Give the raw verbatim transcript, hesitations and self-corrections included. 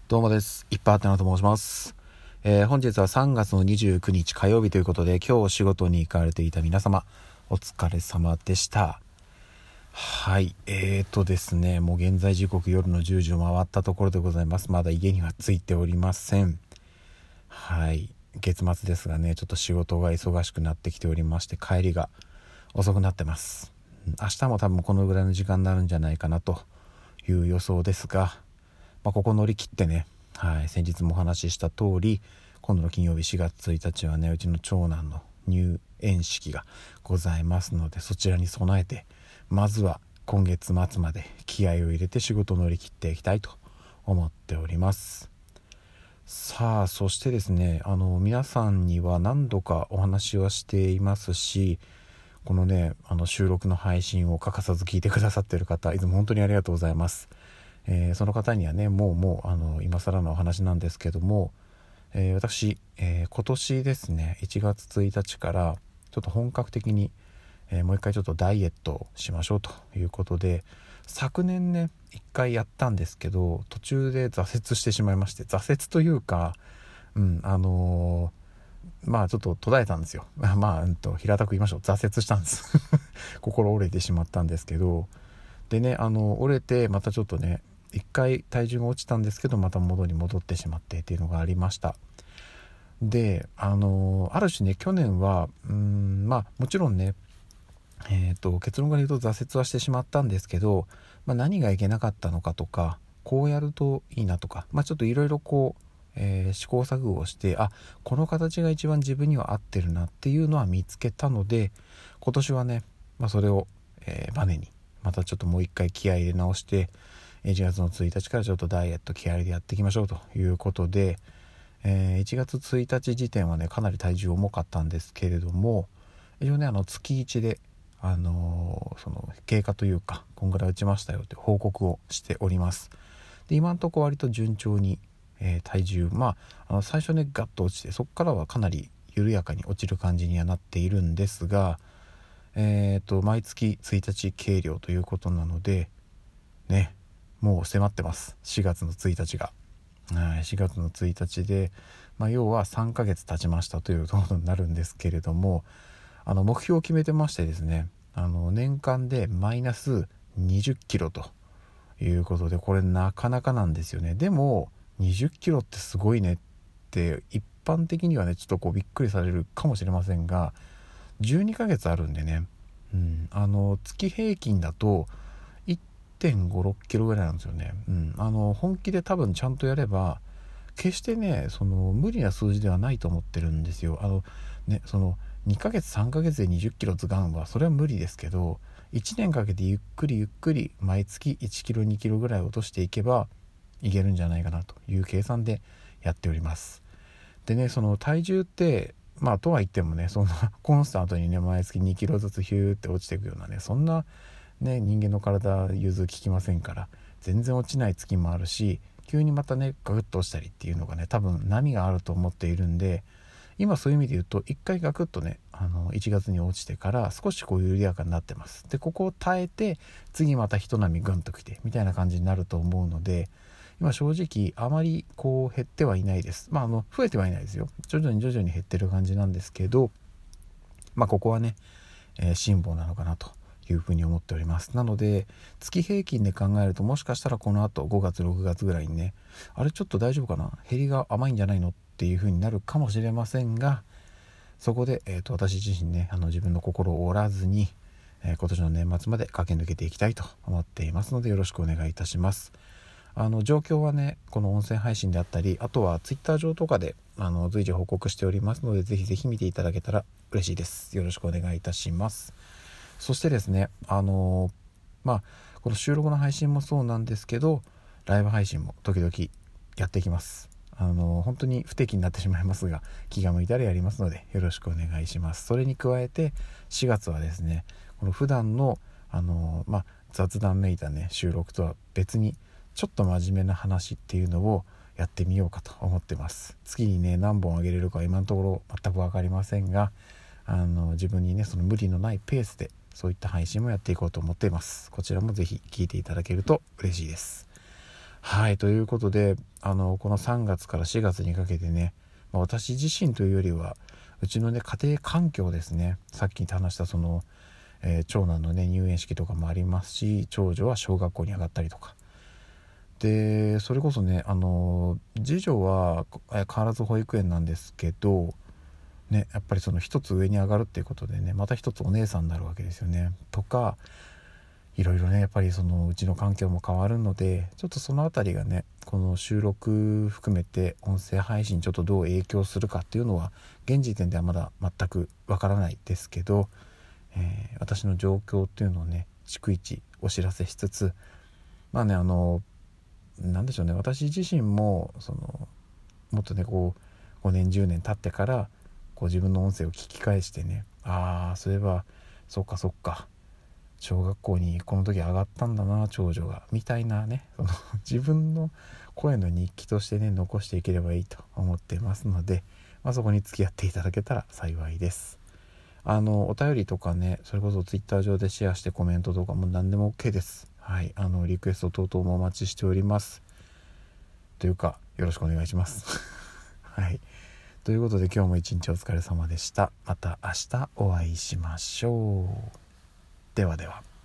どうもです。いっぱいあってなと申します。えー、本日はさんがつのにじゅうくにち火曜日ということで、今日お仕事に行かれていた皆様、お疲れ様でした。はい、えーとですね、もう現在時刻夜のじゅうじを回ったところでございます。まだ家には着いておりません。はい、月末ですがね、ちょっと仕事が忙しくなってきておりまして、帰りが遅くなってます。明日も多分このぐらいの時間になるんじゃないかなという予想ですが、まあ、ここ乗り切ってね、はい、先日もお話しした通り、今度の金曜日しがつついたちはね、うちの長男の入園式がございますので、そちらに備えてまずは今月末まで気合を入れて仕事を乗り切っていきたいと思っております。さあ、そしてですね、あの皆さんには何度かお話はしていますし、このね、あの収録の配信を欠かさず聞いてくださっている方、いつも本当にありがとうございます。えー、その方にはね、もうもうあの今更のお話なんですけども、えー、私、えー、今年ですねいちがつついたちからちょっと本格的に、えー、もう一回ちょっとダイエットをしましょうということで、昨年ね一回やったんですけど、途中で挫折してしまいまして、挫折というか、うんあのー、まあちょっと途絶えたんですよ。まあ、うんと平たく言いましょう、挫折したんです心折れてしまったんですけど、でね、あの折れてまたちょっとね一回体重が落ちたんですけど、また元に戻ってしまってっていうのがありました。で、あのある種ね、去年はうーんまあもちろんね、えーと結論から言うと挫折はしてしまったんですけど、まあ、何がいけなかったのかとか、こうやるといいなとか、まあ、ちょっといろいろこう、えー試行錯誤をして、あ、この形が一番自分には合ってるなっていうのは見つけたので、今年はね、まあ、それを、えーバネにまたちょっともう一回気合い入れ直して、いちがつのついたちからちょっとダイエット気合いでやっていきましょうということで、えーいちがつついたち時点はねかなり体重重かったんですけれども、一応ねあの月いちで、あのーその経過というか、こんぐらい打ちましたよという報告をしております。で、今のところ割と順調に、えー体重、まあ、あの最初ねガッと落ちて、そこからはかなり緩やかに落ちる感じにはなっているんですが、えーと毎月ついたち計量ということなのでね、もう迫ってます。しがつのついたちが、はい、しがつのついたちで、まあ、要はさんかげつ経ちましたということになるんですけれども、あの目標を決めてましてですね、あの年間でマイナスにじゅっキロということで、これなかなかなんですよね。でもにじゅっキロってすごいねって一般的にはねちょっとこうびっくりされるかもしれませんが、じゅうにかげつあるんでね、うん、あの月平均だと いってんごろくキロぐらいなんですよね。うん、あの本気で多分ちゃんとやれば決してねその無理な数字ではないと思ってるんですよ。あのね、そのにかげつさんかげつでにじゅっキロズガンはそれは無理ですけど、いちねんかけてゆっくりゆっくり毎月いちキロにキロぐらい落としていけばいけるんじゃないかなという計算でやっております。でね、その体重ってまあとは言ってもね、そんなコンスタントにね毎月にキロずつヒューって落ちていくようなね、そんなね人間の体融通効きませんから、全然落ちない月もあるし、急にまたねガクッと落ちたりっていうのがね多分波があると思っているんで、今そういう意味で言うと一回ガクッとねあのいちがつに落ちてから少しこう緩やかになってます。でここを耐えて次また一波グンと来てみたいな感じになると思うので、今正直あまりこう減ってはいないです。まああの増えてはいないですよ。徐々に徐々に減ってる感じなんですけど、まあここはね、えー、辛抱なのかなというふうに思っております。なので月平均で考えると、もしかしたらこの後ごがつろくがつぐらいにね、あれちょっと大丈夫かな、減りが甘いんじゃないのっていうふうになるかもしれませんが、そこで、えー、と私自身ねあの自分の心を折らずに、えー、今年の年末まで駆け抜けていきたいと思っていますので、よろしくお願いいたします。あの状況はねこの音声配信であったり、あとはツイッター上とかであの随時報告しておりますので、ぜひぜひ見ていただけたら嬉しいです。よろしくお願いいたします。そしてですね、あのまあこの収録の配信もそうなんですけど、ライブ配信も時々やっていきます。あの本当に不定期になってしまいますが、気が向いたらやりますのでよろしくお願いします。それに加えてしがつはですね、この普段のあのまあ雑談めいたね収録とは別にちょっと真面目な話っていうのをやってみようかと思ってます。月にね何本あげれるか今のところ全く分かりませんが、あの自分にねその無理のないペースでそういった配信もやっていこうと思っています。こちらもぜひ聞いていただけると嬉しいです。 はいということで、あのこのさんがつからしがつにかけてね、まあ、私自身というよりはうちのね家庭環境ですね。さっき話したその、えー、長男のね入園式とかもありますし、長女は小学校に上がったりとかで、それこそね、あの次女は変わらず保育園なんですけどね、やっぱりその一つ上に上がるっていうことでね、また一つお姉さんになるわけですよね。とかいろいろね、やっぱりそのうちの環境も変わるので、ちょっとそのあたりがね、この収録含めて音声配信ちょっとどう影響するかっていうのは現時点ではまだ全くわからないですけど、えー、私の状況っていうのをね逐一お知らせしつつ、まあね、あのなんでしょうね、私自身もそのもっとねこうごねんじゅうねん経ってからこう自分の音声を聞き返してね、ああそういえばそっかそっか小学校にこの時上がったんだな長女がみたいなね、その自分の声の日記としてね残していければいいと思ってますので、まあ、そこに付き合っていただけたら幸いです。あのお便りとかね、それこそツイッター上でシェアしてコメントとかも何でも OK です。はい、あのリクエスト等々もお待ちしておりますというかよろしくお願いしますはいということで今日も一日お疲れ様でした。また明日お会いしましょう。ではでは。